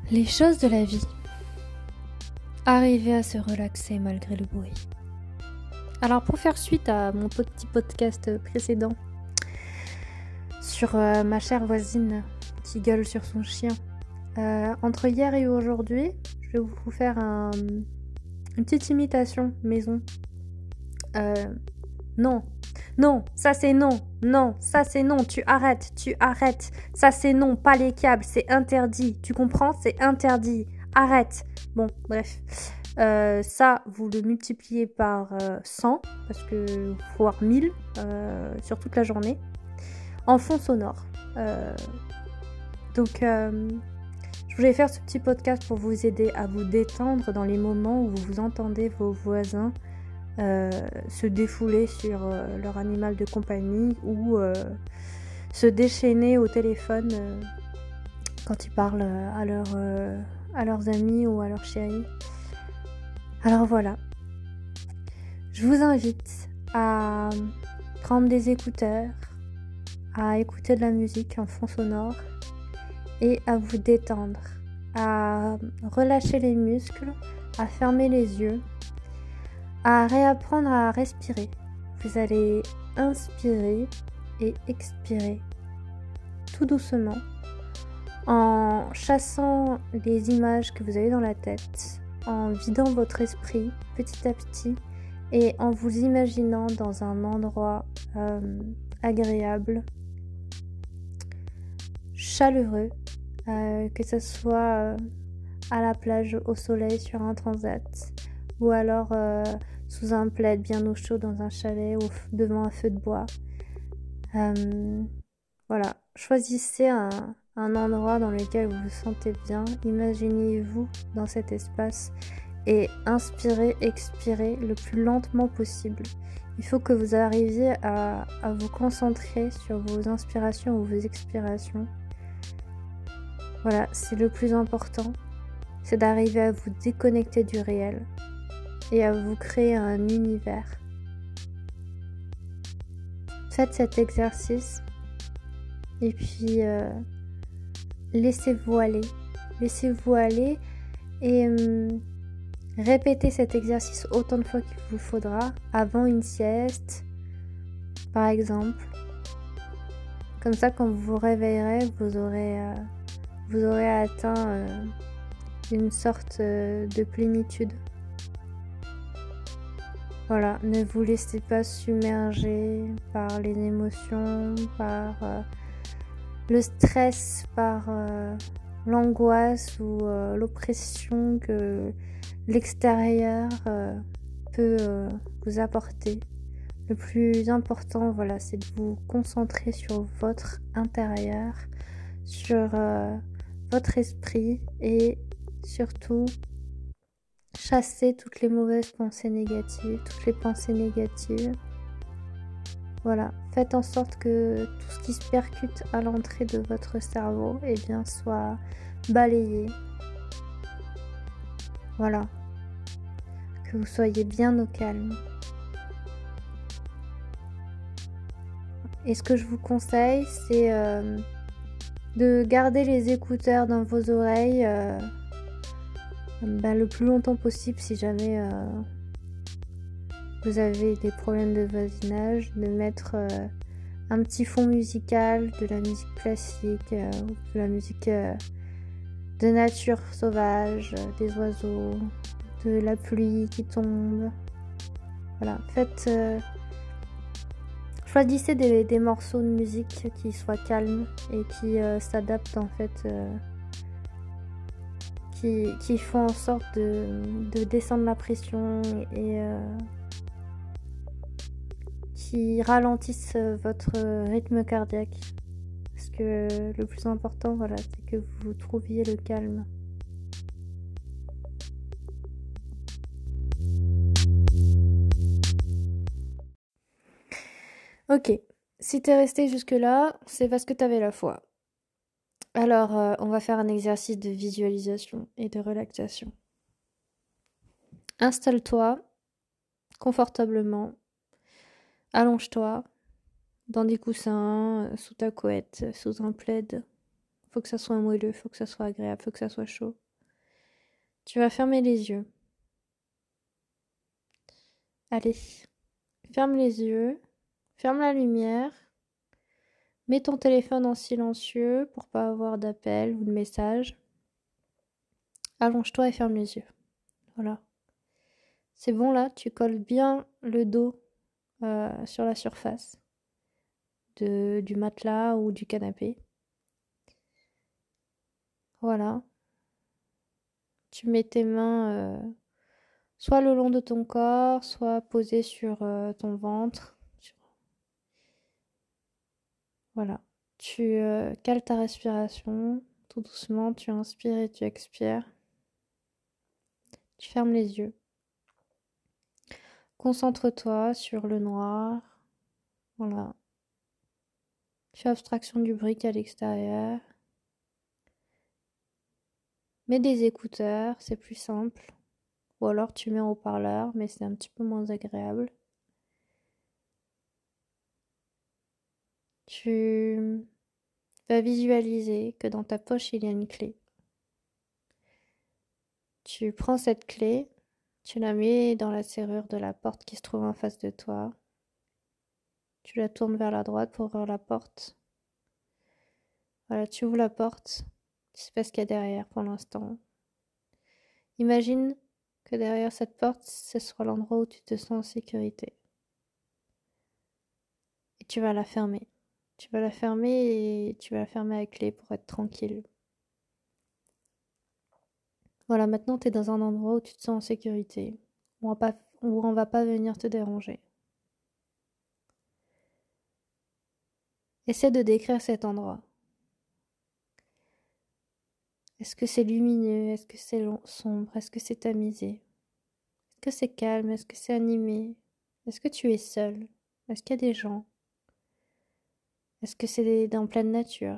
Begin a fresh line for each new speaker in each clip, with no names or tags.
Les choses de la vie. Arriver à se relaxer malgré le bruit. Alors pour faire suite à mon petit podcast précédent sur ma chère voisine qui gueule sur son chien, entre hier et aujourd'hui, je vais vous faire une petite imitation maison. Non, ça c'est non, ça c'est non, tu arrêtes, ça c'est non, pas les câbles, c'est interdit, tu comprends, c'est interdit, arrête. Bon, bref, ça vous le multipliez par 100, parce que voire 1000 sur toute la journée, en fond sonore. Donc, je voulais faire ce petit podcast pour vous aider à vous détendre dans les moments où vous entendez vos voisins se défouler sur leur animal de compagnie ou se déchaîner au téléphone quand ils parlent à leurs amis ou à leurs chéris. Alors voilà, je vous invite à prendre des écouteurs, à écouter de la musique en fond sonore et à vous détendre, à relâcher les muscles, à fermer les yeux, à réapprendre à respirer. Vous allez inspirer et expirer tout doucement en chassant les images que vous avez dans la tête, en vidant votre esprit petit à petit et en vous imaginant dans un endroit agréable, chaleureux, que ce soit à la plage au soleil sur un transat ou alors sous un plaid bien au chaud dans un chalet ou devant un feu de bois. Voilà, choisissez un endroit dans lequel vous vous sentez bien, imaginez-vous dans cet espace et inspirez, expirez le plus lentement possible. Il faut que vous arriviez à vous concentrer sur vos inspirations ou vos expirations. Voilà, c'est le plus important, c'est d'arriver à vous déconnecter du réel et à vous créer un univers. Faites cet exercice et puis laissez-vous aller et répétez cet exercice autant de fois qu'il vous faudra avant une sieste par exemple. Comme ça, quand vous vous réveillerez, vous aurez atteint une sorte de plénitude. Voilà, ne vous laissez pas submerger par les émotions, par le stress, par l'angoisse ou l'oppression que l'extérieur peut vous apporter. Le plus important, voilà, c'est de vous concentrer sur votre intérieur, sur votre esprit et surtout chasser toutes les mauvaises pensées négatives, toutes les pensées négatives. Voilà, faites en sorte que tout ce qui se percute à l'entrée de votre cerveau, soit balayé. Voilà, que vous soyez bien au calme. Et ce que je vous conseille, c'est de garder les écouteurs dans vos oreilles le plus longtemps possible si jamais vous avez des problèmes de voisinage, de mettre un petit fond musical, de la musique classique, ou de la musique de nature sauvage, des oiseaux, de la pluie qui tombe. Voilà, choisissez des morceaux de musique qui soient calmes et qui s'adaptent en fait, qui font en sorte de descendre la pression et qui ralentissent votre rythme cardiaque. Parce que le plus important, voilà, c'est que vous trouviez le calme. Ok, si t'es resté jusque-là, c'est parce que t'avais la foi. Alors, on va faire un exercice de visualisation et de relaxation. Installe-toi confortablement, allonge-toi dans des coussins, sous ta couette, sous un plaid, faut que ça soit moelleux, faut que ça soit agréable, faut que ça soit chaud. Tu vas fermer les yeux. Allez, ferme les yeux, ferme la lumière, mets ton téléphone en silencieux pour pas avoir d'appel ou de message. Allonge-toi et ferme les yeux. Voilà. C'est bon là, tu colles bien le dos sur la surface du matelas ou du canapé. Voilà. Tu mets tes mains soit le long de ton corps, soit posées sur ton ventre. Voilà. Tu cales ta respiration. Tout doucement, tu inspires et tu expires. Tu fermes les yeux. Concentre-toi sur le noir. Voilà. Fais abstraction du bruit qu'il y a à l'extérieur. Mets des écouteurs, c'est plus simple. Ou alors tu mets un haut-parleur, mais c'est un petit peu moins agréable. Tu vas visualiser que dans ta poche, il y a une clé. Tu prends cette clé, tu la mets dans la serrure de la porte qui se trouve en face de toi. Tu la tournes vers la droite pour ouvrir la porte. Voilà, tu ouvres la porte. Tu sais pas ce qu'il y a derrière pour l'instant. Imagine que derrière cette porte, ce soit l'endroit où tu te sens en sécurité. Et tu vas la fermer. Tu vas la fermer et tu vas la fermer à la clé pour être tranquille. Voilà, maintenant tu es dans un endroit où tu te sens en sécurité, où on va pas venir te déranger. Essaie de décrire cet endroit. Est-ce que c'est lumineux? Est-ce que c'est sombre? Est-ce que c'est tamisé? Est-ce que c'est calme? Est-ce que c'est animé? Est-ce que tu es seul? Est-ce qu'il y a des gens? Est-ce que c'est dans pleine nature?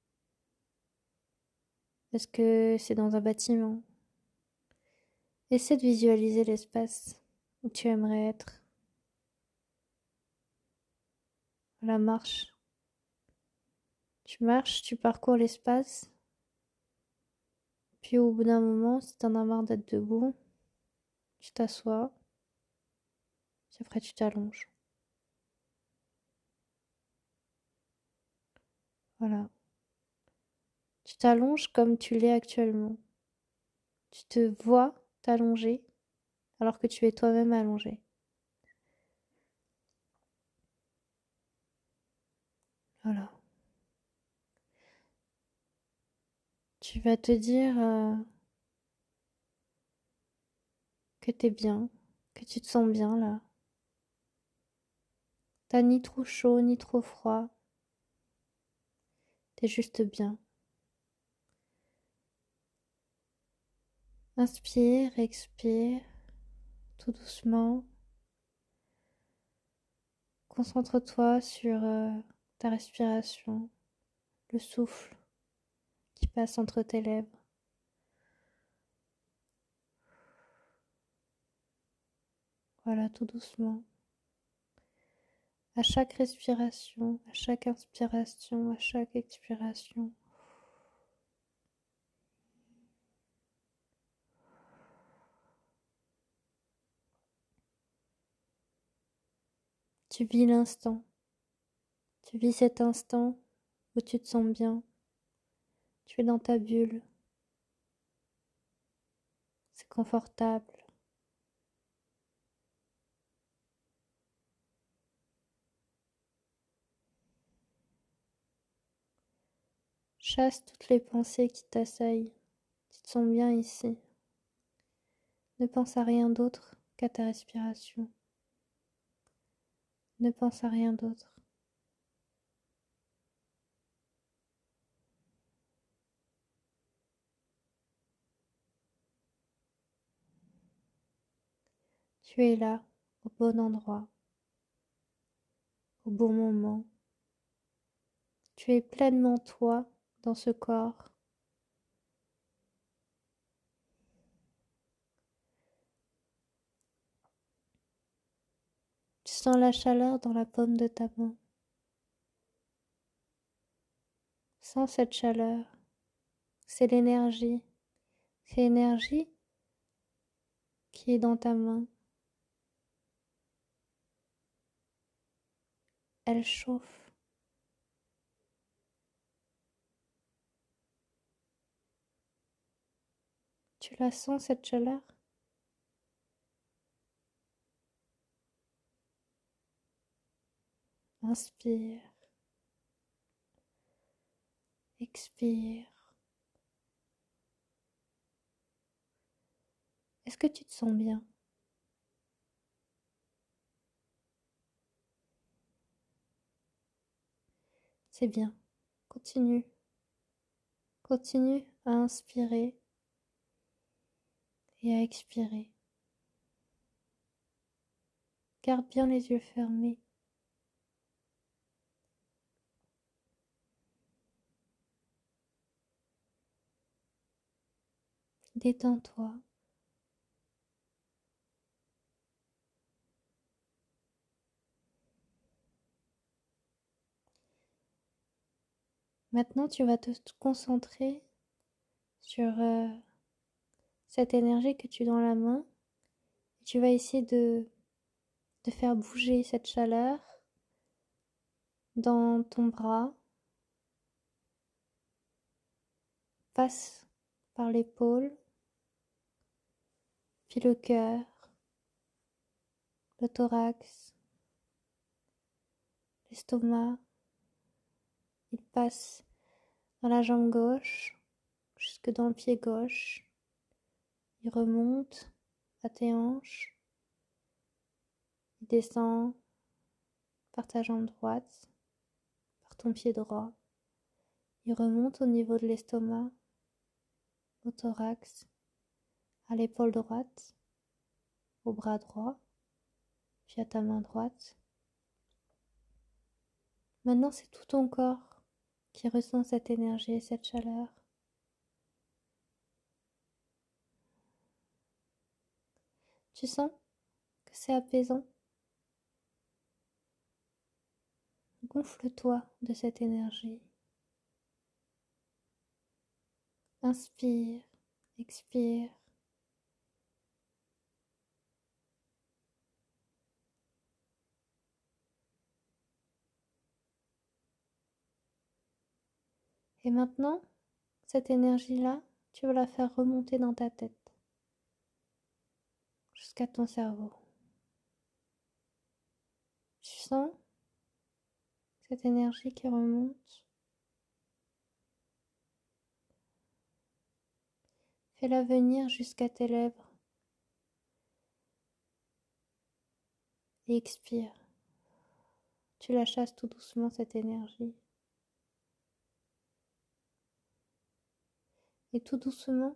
Est-ce que c'est dans un bâtiment? Essaie de visualiser l'espace où tu aimerais être. La marche. Tu marches, tu parcours l'espace. Puis au bout d'un moment, si t'en as marre d'être debout, tu t'assois. Puis après tu t'allonges. Voilà. Tu t'allonges comme tu l'es actuellement. Tu te vois t'allonger alors que tu es toi-même allongé. Voilà. Tu vas te dire que t'es bien, que tu te sens bien là. T'as ni trop chaud ni trop froid. T'es juste bien. Inspire, expire, tout doucement. Concentre-toi sur ta respiration, le souffle qui passe entre tes lèvres. Voilà, tout doucement. À chaque respiration, à chaque inspiration, à chaque expiration. Tu vis l'instant. Tu vis cet instant où tu te sens bien. Tu es dans ta bulle. C'est confortable. Chasse toutes les pensées qui t'assaillent. Tu te sens bien ici. Ne pense à rien d'autre qu'à ta respiration. Ne pense à rien d'autre. Tu es là, au bon endroit, au bon moment. Tu es pleinement toi dans ce corps. Tu sens la chaleur dans la paume de ta main. Sens cette chaleur c'est l'énergie. C'est l'énergie qui est dans ta main. Elle chauffe. Tu la sens, cette chaleur? Inspire. Expire. Est-ce que tu te sens bien? C'est bien. Continue. Continue à inspirer et à expirer. Garde bien les yeux fermés. Détends-toi. Maintenant, tu vas te concentrer sur cette énergie que tu as dans la main. Et tu vas essayer de faire bouger cette chaleur dans ton bras. Passe par l'épaule, puis le cœur, le thorax, l'estomac. Il passe dans la jambe gauche, jusque dans le pied gauche. Il remonte à tes hanches. Il descend par ta jambe droite, par ton pied droit. Il remonte au niveau de l'estomac, au thorax, à l'épaule droite, au bras droit, puis à ta main droite. Maintenant, c'est tout ton corps qui ressent cette énergie et cette chaleur. Tu sens que c'est apaisant? Gonfle-toi de cette énergie. Inspire, expire. Et maintenant, cette énergie-là, tu vas la faire remonter dans ta tête, jusqu'à ton cerveau. Tu sens cette énergie qui remonte. Fais-la venir jusqu'à tes lèvres. Et expire. Tu la chasses tout doucement, cette énergie. Et tout doucement,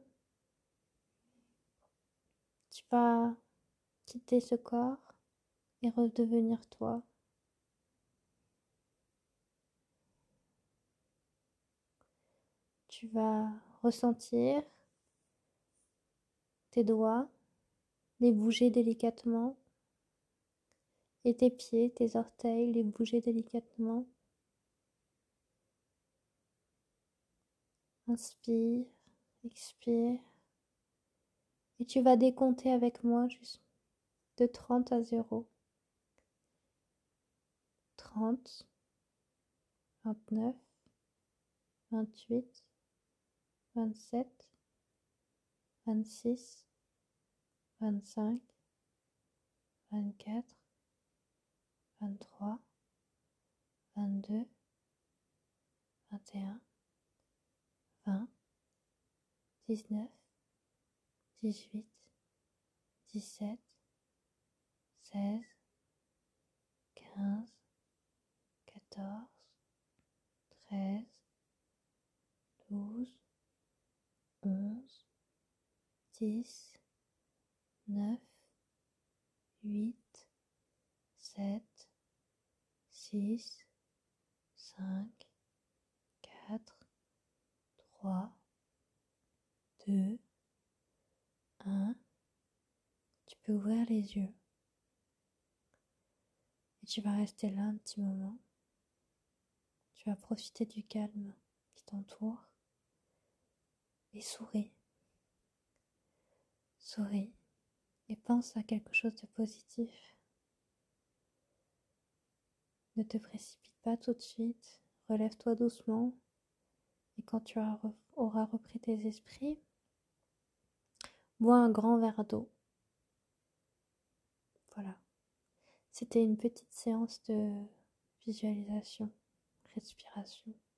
tu vas quitter ce corps et redevenir toi. Tu vas ressentir tes doigts, les bouger délicatement, et tes pieds, tes orteils, les bouger délicatement. Inspire, expire. Et tu vas décompter avec moi juste de 30 à 0. 30, 29, 28, 27, 26, 25, 24, 23, 22, 21, 20, 19, 18, 17, 16, 15, 14, 13, 12, 11, 10, 9, 8, 7, 6, 5, 4, 3, 2, 1. Tu peux ouvrir les yeux. Et tu vas rester là un petit moment. Tu vas profiter du calme qui t'entoure. et souris. Souris et pense à quelque chose de positif. Ne te précipite pas tout de suite, relève-toi doucement et quand tu auras repris tes esprits, bois un grand verre d'eau. Voilà. C'était une petite séance de visualisation, respiration.